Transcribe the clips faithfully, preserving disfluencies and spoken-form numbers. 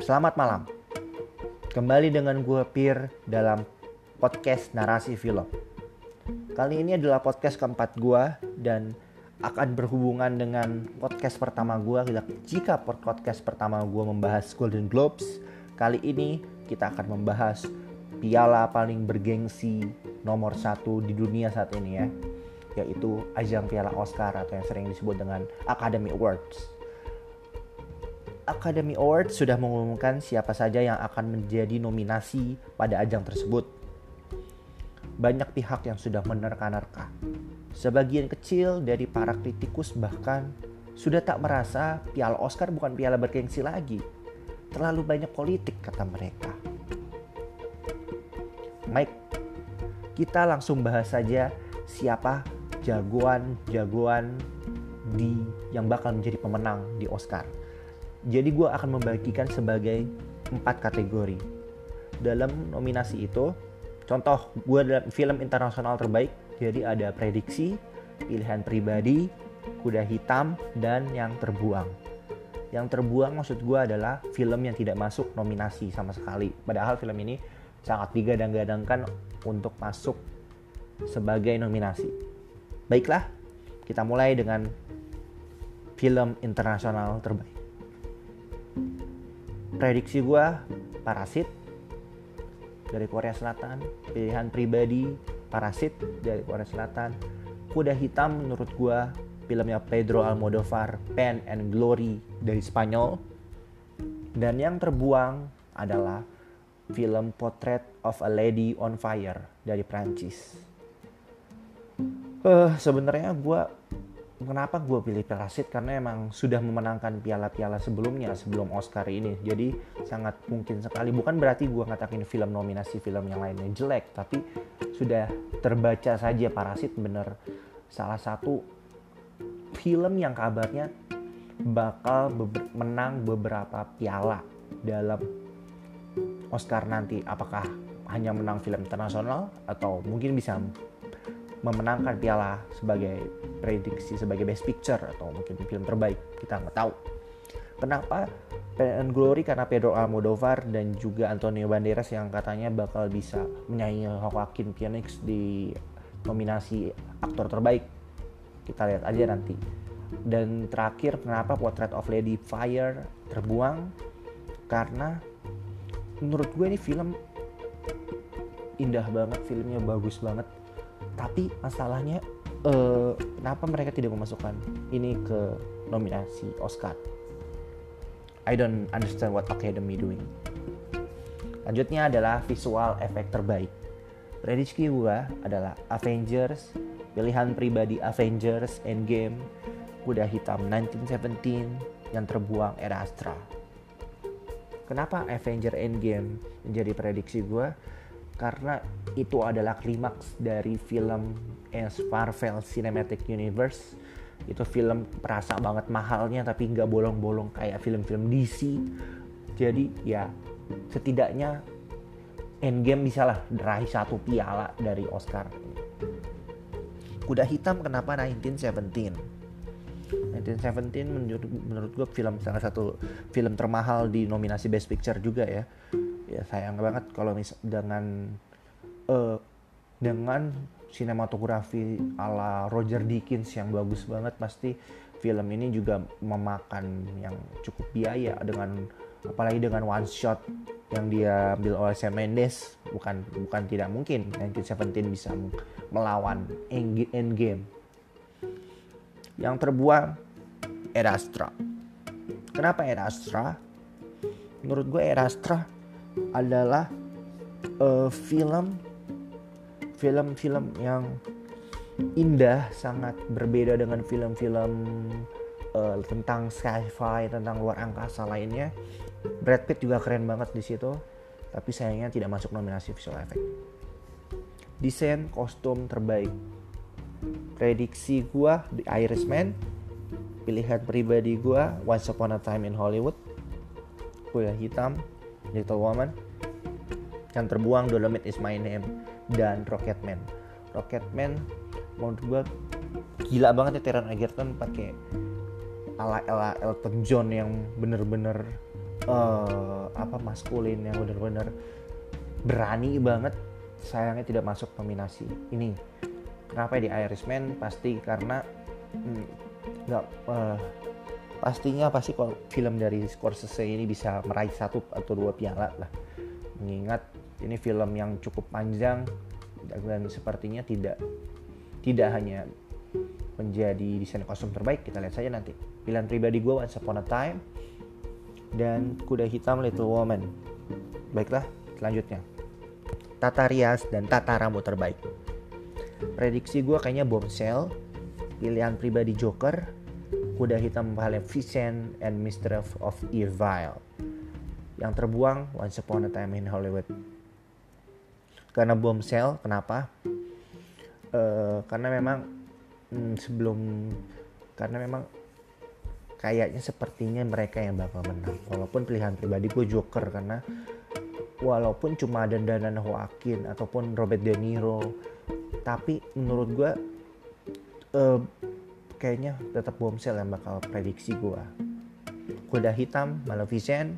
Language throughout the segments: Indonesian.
Selamat malam. Kembali dengan gue Pir dalam podcast Narasi Film. Kali ini adalah podcast keempat gue dan akan berhubungan dengan podcast pertama gue. Jika podcast pertama gue membahas Golden Globes, kali ini kita akan membahas piala paling bergengsi nomor satu di dunia saat ini ya, yaitu ajang piala Oscar atau yang sering disebut dengan Academy Awards. Academy Awards sudah mengumumkan siapa saja yang akan menjadi nominasi pada ajang tersebut. Banyak pihak yang sudah menerka-nerka. Sebagian kecil dari para kritikus bahkan sudah tak merasa piala Oscar bukan piala bergengsi lagi. Terlalu banyak politik, kata mereka. Mike, kita langsung bahas saja siapa jagoan-jagoan di yang bakal menjadi pemenang di Oscar. Jadi gue akan membagikan sebagai empat kategori. Dalam nominasi itu, contoh gue dalam film internasional terbaik, jadi ada prediksi, pilihan pribadi, kuda hitam, dan yang terbuang. Yang terbuang maksud gue adalah film yang tidak masuk nominasi sama sekali. Padahal film ini sangat digadang-gadangkan untuk masuk sebagai nominasi. Baiklah, kita mulai dengan film internasional terbaik. Prediksi gue, Parasit dari Korea Selatan. Pilihan pribadi, Parasit dari Korea Selatan. Kuda hitam menurut gue filmnya Pedro Almodovar, Pain and Glory dari Spanyol. Dan yang terbuang adalah film Portrait of a Lady on Fire dari Prancis. Uh, sebenarnya gue Kenapa gue pilih Parasit? Karena emang sudah memenangkan piala-piala sebelumnya sebelum Oscar ini. Jadi sangat mungkin sekali. Bukan berarti gue ngatakin film nominasi film yang lainnya jelek. Tapi sudah terbaca saja Parasit bener salah satu film yang kabarnya bakal beber- menang beberapa piala dalam Oscar nanti. Apakah hanya menang film internasional atau mungkin bisa memenangkan piala sebagai prediksi sebagai best picture atau mungkin film terbaik, kita nggak tahu. Kenapa Pain and Glory? Karena Pedro Almodovar dan juga Antonio Banderas yang katanya bakal bisa menyaingi Joaquin Phoenix di nominasi aktor terbaik. Kita lihat aja nanti. Dan terakhir, kenapa Portrait of Lady Fire terbuang? Karena menurut gue ini film indah banget, filmnya bagus banget. Tapi masalahnya uh, kenapa mereka tidak memasukkan ini ke nominasi Oscar? I don't understand what Academy doing. Lanjutnya adalah visual effect terbaik. Prediksi gue adalah Avengers, pilihan pribadi Avengers Endgame, kuda hitam nineteen seventeen, yang terbuang Ad Astra. Kenapa Avengers Endgame menjadi prediksi gue? Karena itu adalah klimaks dari film Marvel Cinematic Universe. Itu film perasa banget mahalnya tapi gak bolong-bolong kayak film-film D C. Jadi ya setidaknya Endgame bisa lah meraih satu piala dari Oscar. Kuda hitam kenapa nineteen seventeen? nineteen seventeen menurut, menurut gue film salah satu film termahal di nominasi Best Picture juga ya. Ya sayang banget kalau mis- dengan uh, dengan sinematografi ala Roger Deakins yang bagus banget, pasti film ini juga memakan yang cukup biaya, dengan apalagi dengan one shot yang dia ambil oleh Sam Mendes. Bukan bukan tidak mungkin nineteen seventeen bisa melawan Endgame. Yang terbuang Ad Astra. Kenapa Ad Astra? Menurut gue Ad Astra adalah uh, film film-film yang indah, sangat berbeda dengan film-film uh, tentang sci-fi, tentang luar angkasa lainnya. Brad Pitt juga keren banget di situ, tapi sayangnya tidak masuk nominasi visual effect. Desain kostum terbaik. Prediksi gua The Irishman, pilihan pribadi gua Once Upon a Time in Hollywood, kuda hitam Little Woman, yang terbuang Dolomite Is My Name, dan Rocketman. Rocketman menurut gue gila banget ya, Taron Egerton pakai ala-ala Elton John yang bener-bener uh, apa maskulin yang benar-benar berani banget, sayangnya tidak masuk nominasi ini. Kenapa di Irishman? Pasti karena nggak hmm, uh, pastinya pasti kalau film dari Scorsese ini bisa meraih satu atau dua piala lah, mengingat ini film yang cukup panjang dan sepertinya tidak tidak hanya menjadi desain kostum terbaik. Kita lihat saja nanti. Pilihan pribadi gue Once Upon a Time dan Kuda Hitam Little Woman. Baiklah, selanjutnya tata rias dan tata rambut terbaik. Prediksi gue kayaknya Bombshell, pilihan pribadi Joker, Kuda Hitam Maleficent, and Mistress of Evil. Yang terbuang Once Upon a Time in Hollywood. Karena Bombshell, kenapa? Uh, karena memang hmm, sebelum karena memang kayaknya sepertinya mereka yang bakal menang. Walaupun pilihan pribadi gue Joker, karena walaupun cuma ada dandan Joaquin ataupun Robert De Niro, tapi menurut gue uh, kayaknya tetap Bombshell yang bakal prediksi gue. Kuda Hitam Maleficent,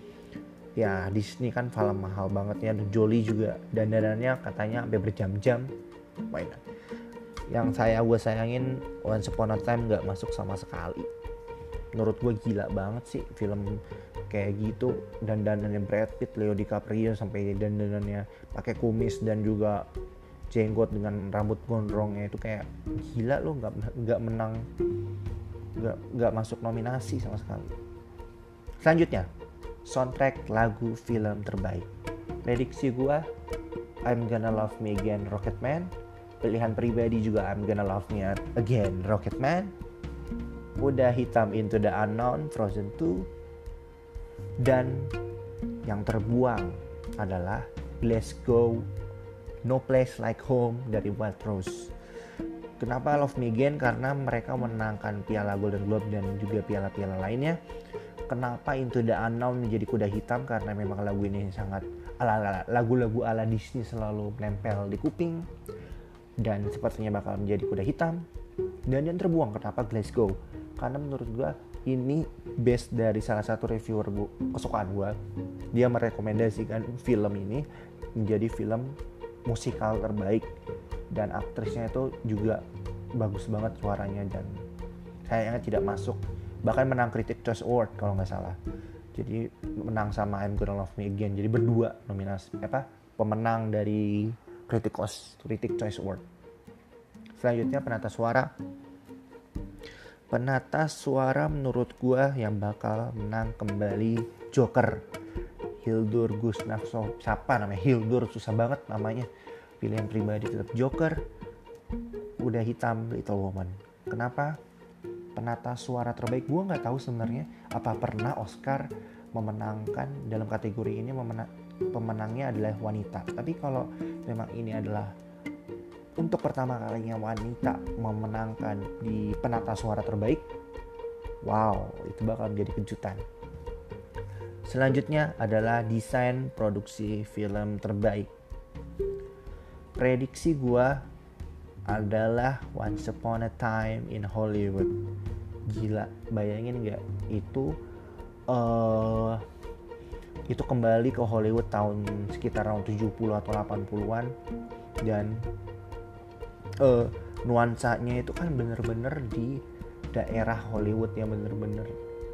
ya Disney kan film mahal banget ya. Jolie juga dandanannya katanya sampai berjam-jam. Mainan. Yang saya gue sayangin Once Upon a Time nggak masuk sama sekali. Menurut gue gila banget sih film kayak gitu, dandanannya Brad Pitt, Leo DiCaprio sampai dandanannya pakai kumis dan juga jenggot dengan rambut gondrongnya itu kayak gila loh, nggak nggak menang, nggak nggak masuk nominasi sama sekali. Selanjutnya soundtrack lagu film terbaik. Prediksi gue I'm Gonna Love Me Again Rocketman, pilihan pribadi juga I'm Gonna Love Me Again Rocketman, Kuda Hitam Into the Unknown Frozen two, dan yang terbuang adalah Let's Go No Place Like Home dari Wild Rose. Kenapa Love Me Again? Karena mereka menangkan piala Golden Globe dan juga piala-piala lainnya. Kenapa Into the Unknown menjadi Kuda Hitam? Karena memang lagu ini sangat ala-ala, lagu-lagu ala Disney selalu menempel di kuping dan sepertinya bakal menjadi Kuda Hitam. Dan yang terbuang kenapa Glasgow? Karena menurut gue ini based dari salah satu reviewer gua, kesukaan gue. Dia merekomendasikan film ini menjadi film musikal terbaik dan aktrisnya itu juga bagus banget suaranya dan kayaknya tidak masuk, bahkan menang Critics' Choice Award kalau nggak salah. Jadi menang sama I'm Gonna Love Me Again, jadi berdua nominasi apa pemenang dari Critics' Critics' Choice Award. Selanjutnya penata suara. Penata suara menurut gua yang bakal menang kembali Joker. Hildur Gustafsson, siapa namanya? Hildur, susah banget namanya. Pilihan pribadi tetap Joker. Kuda Hitam Little Woman. Kenapa? Penata suara terbaik, gue nggak tahu sebenarnya apa pernah Oscar memenangkan dalam kategori ini, memena- pemenangnya adalah wanita. Tapi kalau memang ini adalah untuk pertama kalinya wanita memenangkan di penata suara terbaik, wow, itu bakal menjadi kejutan. Selanjutnya adalah desain produksi film terbaik. Prediksi gue adalah Once Upon a Time in Hollywood. Gila, bayangin gak itu uh, itu kembali ke Hollywood tahun sekitar tahun tujuh puluh atau delapan puluhan dan uh, nuansanya itu kan bener-bener di daerah Hollywood yang bener-bener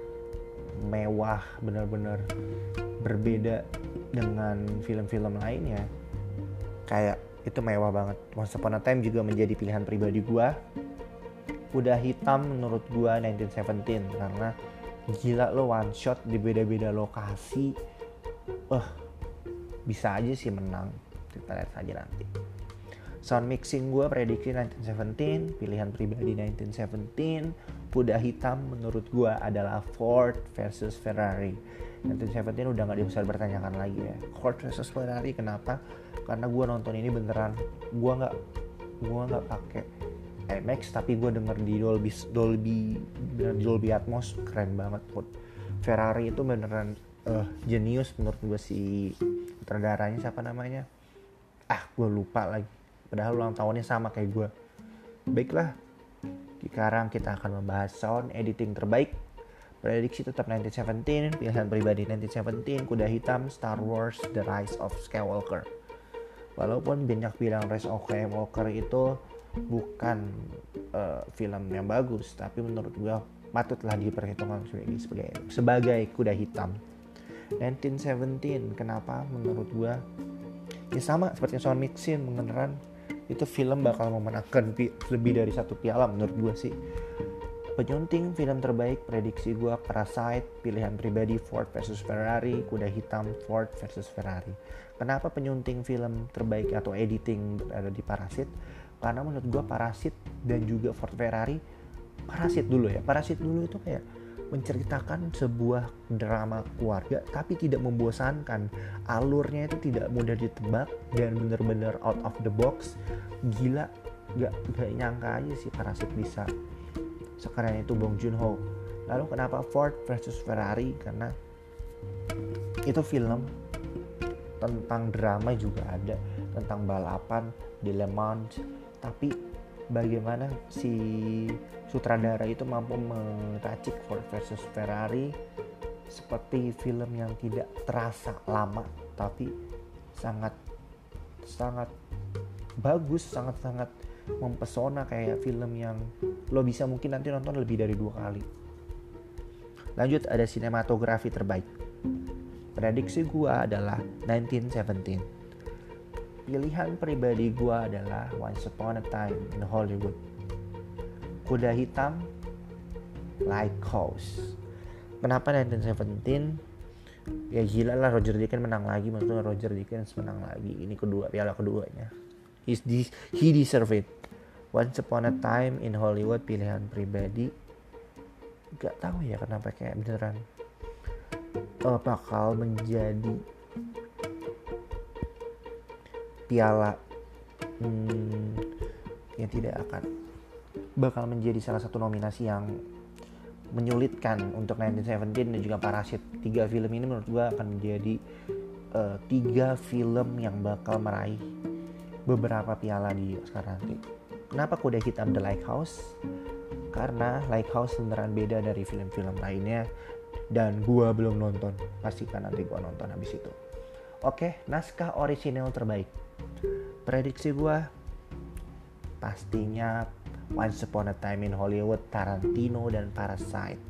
mewah, bener-bener berbeda dengan film-film lainnya. Kayak itu mewah banget. Once Upon a Time juga menjadi pilihan pribadi gue. Kuda Hitam menurut gue nineteen seventeen karena gila lo one shot di beda-beda lokasi. Eh uh, bisa aja sih menang. Kita lihat saja nanti. Sound mixing gue prediksi nineteen seventeen, pilihan pribadi nineteen seventeen. Kuda Hitam menurut gue adalah Ford versus Ferrari. nineteen seventeen udah gak bisa dipertanyakan lagi ya. Ford versus Ferrari, kenapa? Karena gue nonton ini beneran, gue nggak gue nggak pakai IMAX tapi gue denger di Dolby Dolby Dolby Atmos, keren banget. Ferrari itu beneran uh, jenius menurut gue. Si sutradaranya siapa namanya? Ah gue lupa lagi. Padahal ulang tahunnya sama kayak gue. Baiklah, sekarang kita akan membahas sound editing terbaik. Prediksi tetap nineteen seventeen, pilihan pribadi nineteen seventeen, Kuda Hitam, Star Wars, The Rise of Skywalker. Walaupun banyak bilang Rise of Skywalker itu bukan uh, film yang bagus, tapi menurut gua patutlah diperhitungkan sebagai, sebagai, sebagai Kuda Hitam. nineteen seventeen, kenapa menurut gua? Ya sama seperti Sound Mixin, beneran itu film bakal memenangkan pi- lebih dari satu piala menurut gua sih. Penyunting film terbaik, prediksi gue Parasite, pilihan pribadi Ford versus Ferrari, Kuda Hitam Ford versus Ferrari. Kenapa penyunting film terbaik atau editing ada di Parasite? Karena menurut gue Parasite dan juga Ford Ferrari, Parasite dulu ya, Parasite dulu itu kayak menceritakan sebuah drama keluarga tapi tidak membosankan. Alurnya itu tidak mudah ditebak dan benar-benar out of the box. Gila, gak, gak nyangka aja sih Parasite bisa sekeren itu Bong Joon-ho. Lalu kenapa Ford versus Ferrari? Karena itu film tentang drama juga ada, tentang balapan di Le Mans, tapi bagaimana si sutradara itu mampu meracik Ford versus Ferrari seperti film yang tidak terasa lama tapi sangat sangat bagus, sangat-sangat mempesona, kayak film yang lo bisa mungkin nanti nonton lebih dari dua kali. Lanjut, ada sinematografi terbaik. Prediksi gua adalah nineteen seventeen. Pilihan pribadi gua adalah Once Upon a Time in Hollywood. Kuda Hitam, Lighthouse. Kenapa nineteen seventeen? Ya gila lah, Roger Deakins menang lagi, maksudnya Roger Deakins menang lagi. Ini kedua piala keduanya. He's de- he deserve it. Once Upon a Time in Hollywood, pilihan pribadi. Gak tahu ya kenapa kayak beneran uh, bakal menjadi piala hmm, yang tidak akan bakal menjadi salah satu nominasi yang menyulitkan untuk nineteen seventeen dan juga Parasite. Tiga film ini menurut gue akan menjadi uh, tiga film yang bakal meraih beberapa piala di Oscar nanti. Kenapa Kuda Hitam The Lighthouse? Karena Lighthouse beneran beda dari film-film lainnya dan gua belum nonton. Pastikan nanti gua nonton habis itu. Oke, naskah orisinal terbaik. Prediksi gua pastinya Once Upon a Time in Hollywood, Tarantino dan Parasite.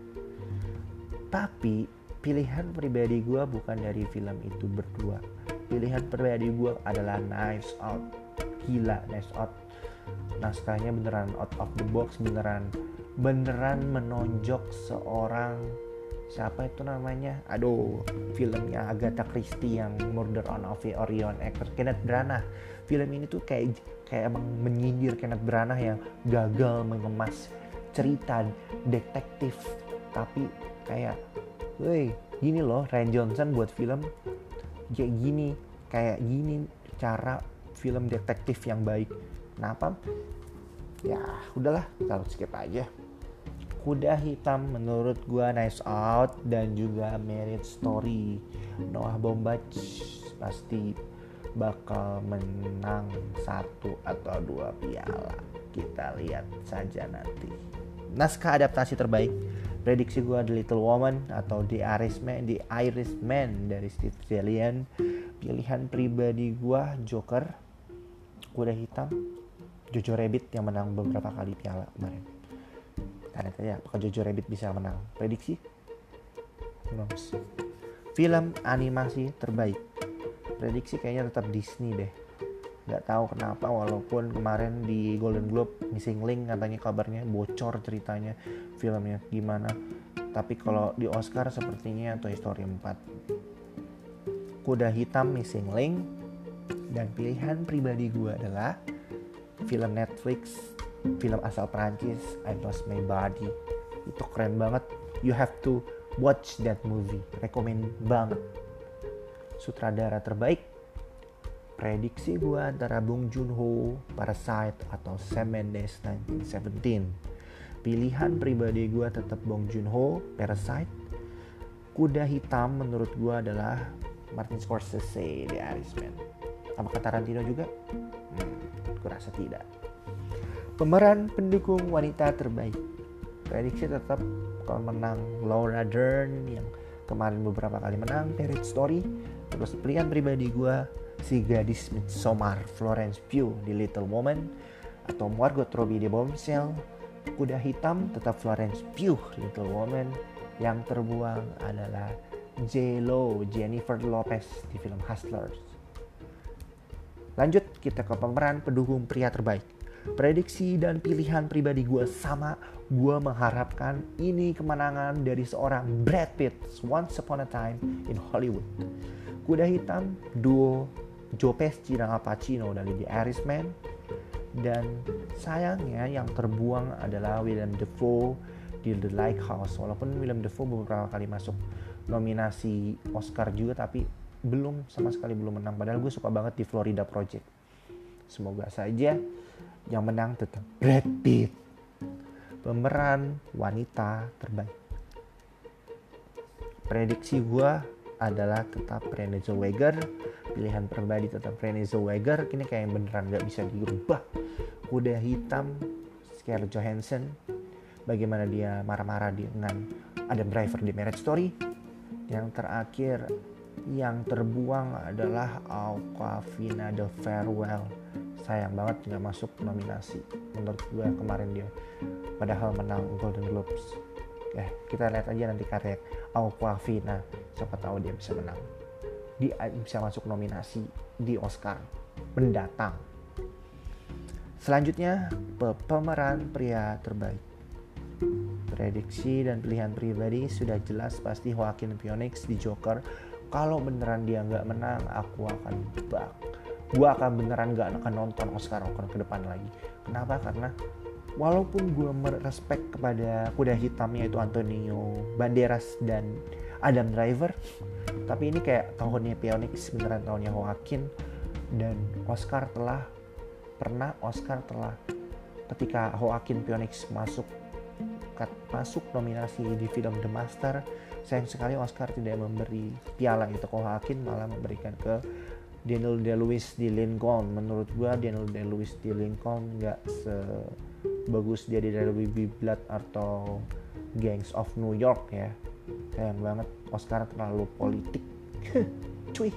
Tapi pilihan pribadi gua bukan dari film itu berdua. Pilihan pribadi gue adalah Knives Out. Gila, Knives Out. Naskahnya beneran out of the box, beneran beneran menonjok seorang, siapa itu namanya? Aduh, filmnya Agatha Christie yang Murder on Orient Express, Kenneth Branagh. Film ini tuh kayak kayak emang menyindir Kenneth Branagh yang gagal mengemas cerita detektif, tapi kayak, woi, gini loh Rian Johnson buat film kayak gini, kayak gini cara film detektif yang baik. Kenapa? Ya udahlah, kalau skip aja. Kuda Hitam menurut gua Knives Out dan juga Marriage Story. Noah Baumbach pasti bakal menang satu atau dua piala. Kita lihat saja nanti. Naskah adaptasi terbaik. Prediksi gue The Little Woman atau The Irishman, The Irishman dari Steve Zalian. Pilihan pribadi gue Joker, Kuda Hitam, Jojo Rabbit yang menang beberapa kali piala kemarin. Tanya tanya apakah Jojo Rabbit bisa menang? Prediksi? Film animasi terbaik. Prediksi kayaknya tetap Disney deh. Gak tahu kenapa, walaupun kemarin di Golden Globe Missing Link katanya kabarnya bocor ceritanya filmnya gimana, tapi kalau di Oscar sepertinya Toy Story empat. Kuda Hitam, Missing Link, dan pilihan pribadi gue adalah film Netflix, film asal Prancis, I Lost My Body. Itu keren banget, you have to watch that movie, rekomen banget. Sutradara terbaik, prediksi gue antara Bong Joon-ho, Parasite, atau Sam Mendes nineteen seventeen. Pilihan pribadi gue tetap Bong Joon-ho, Parasite. Kuda Hitam menurut gue adalah Martin Scorsese, The Irishman. Apakah Tarantino juga? Hmm, gue rasa tidak. Pemeran pendukung wanita terbaik. Prediksi tetap bakal menang Laura Dern yang kemarin beberapa kali menang Marriage Story. Terus pilihan pribadi gue si gadis Midsommar Florence Pugh di Little Woman, atau Margot Robbie di Bombshell. Kuda hitam tetap Florence Pugh Little Woman. Yang terbuang adalah J-Lo Jennifer Lopez di film Hustlers. Lanjut kita ke pemeran pendukung pria terbaik. Prediksi dan pilihan pribadi gue sama. Gue mengharapkan ini kemenangan dari seorang Brad Pitt, Once Upon a Time in Hollywood. Kuda hitam duo Joe Pesci dan Al Pacino dari The Irishman. Dan sayangnya yang terbuang adalah Willem Dafoe di The Lighthouse. Walaupun Willem Dafoe beberapa kali masuk nominasi Oscar juga, tapi belum, sama sekali belum menang. Padahal gue suka banget di Florida Project. Semoga saja yang menang tetap Brad Pitt, pemeran wanita terbaik. Prediksi gue adalah tetap Renée Zellweger. Pilihan pribadi tetap Renée Zellweger. Ini kayak beneran gak bisa dirubah. Kuda hitam Scarlett Johansson, bagaimana dia marah-marah dengan Adam Driver di Marriage Story. Yang terakhir yang terbuang adalah Awkwafina The Farewell. Sayang banget gak masuk nominasi. Menurut gue kemarin dia padahal menang Golden Globes. Eh, kita lihat aja nanti karya Awkwafina, siapa tahu dia bisa menang, dia bisa masuk nominasi di Oscar mendatang. Selanjutnya pemeran pria terbaik. Prediksi dan pilihan pribadi sudah jelas, pasti Joaquin Phoenix di Joker. Kalau beneran dia nggak menang, aku akan bak. Gue akan beneran nggak akan nonton Oscar Oscar ke depan lagi. Kenapa? Karena walaupun gue merespek kepada kuda hitamnya itu Antonio Banderas dan Adam Driver, tapi ini kayak tahunnya Phoenix, beneran tahunnya Joaquin. Dan Oscar telah pernah Oscar telah ketika Joaquin Phoenix masuk masuk nominasi di film The Master, sayang sekali Oscar tidak memberi piala itu ke Joaquin, malah memberikan ke Daniel Day-Lewis di Lincoln. Menurut gua Daniel Day-Lewis di Lincoln nggak sebagus dia di There Will Be Blood atau Gangs of New York ya. Sayang banget, Oscar terlalu politik. Cuy.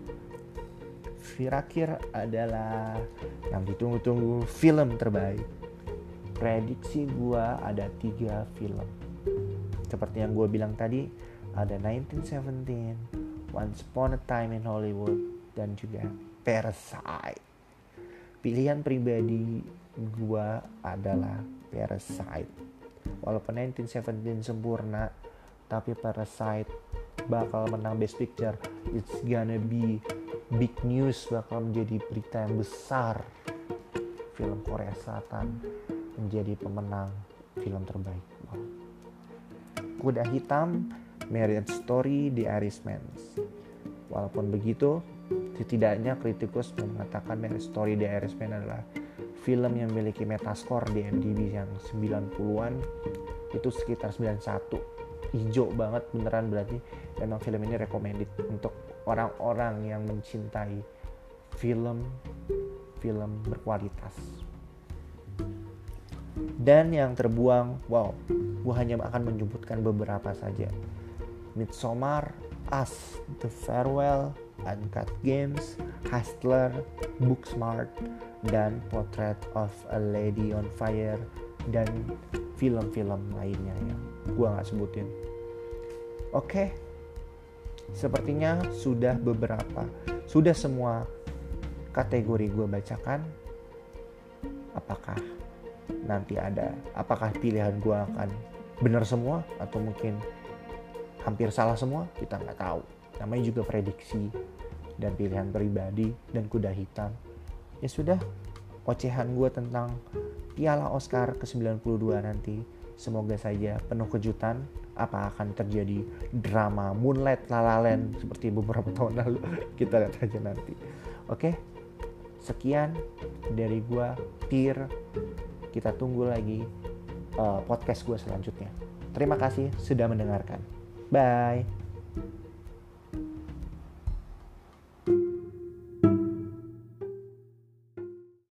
Terakhir adalah yang ditunggu-tunggu film terbaik. Prediksi gua ada tiga film. Seperti yang gua bilang tadi, ada nineteen seventeen, Once Upon a Time in Hollywood, dan juga Parasite. Pilihan pribadi gua adalah Parasite. Walaupun nineteen seventeen sempurna, tapi Parasite bakal menang Best Picture. It's gonna be big news, bakal menjadi berita yang besar. Film Korea Selatan menjadi pemenang film terbaik. Wow. Kuda hitam, Marriage Story, The Irishman. Walaupun begitu, setidaknya kritikus mengatakan Marriage Story, The Irishman adalah film yang memiliki metascore di I M D B yang sembilan puluhan, itu sekitar sembilan puluh satu. Hijau banget beneran, berarti memang film ini recommended untuk orang-orang yang mencintai film film berkualitas. Dan yang terbuang, wow, gue hanya akan menyebutkan beberapa saja. Midsommar, Us, The Farewell, Uncut Games, Hustler, Booksmart, dan Portrait of a Lady on Fire, dan film-film lainnya yang gue gak sebutin. Oke, sepertinya sudah beberapa, sudah semua kategori gue bacakan. Apakah nanti ada, apakah pilihan gue akan benar semua atau mungkin hampir salah semua, kita nggak tahu. Namanya juga prediksi dan pilihan pribadi dan kuda hitam. Ya sudah, ocehan gue tentang piala Oscar ke sembilan puluh dua nanti. Semoga saja penuh kejutan. Apa akan terjadi drama Moonlight, La La Land seperti beberapa tahun lalu? Kita lihat aja nanti. Oke, sekian dari gue, Tir. Kita tunggu lagi uh, podcast gue selanjutnya. Terima kasih sudah mendengarkan. Bye.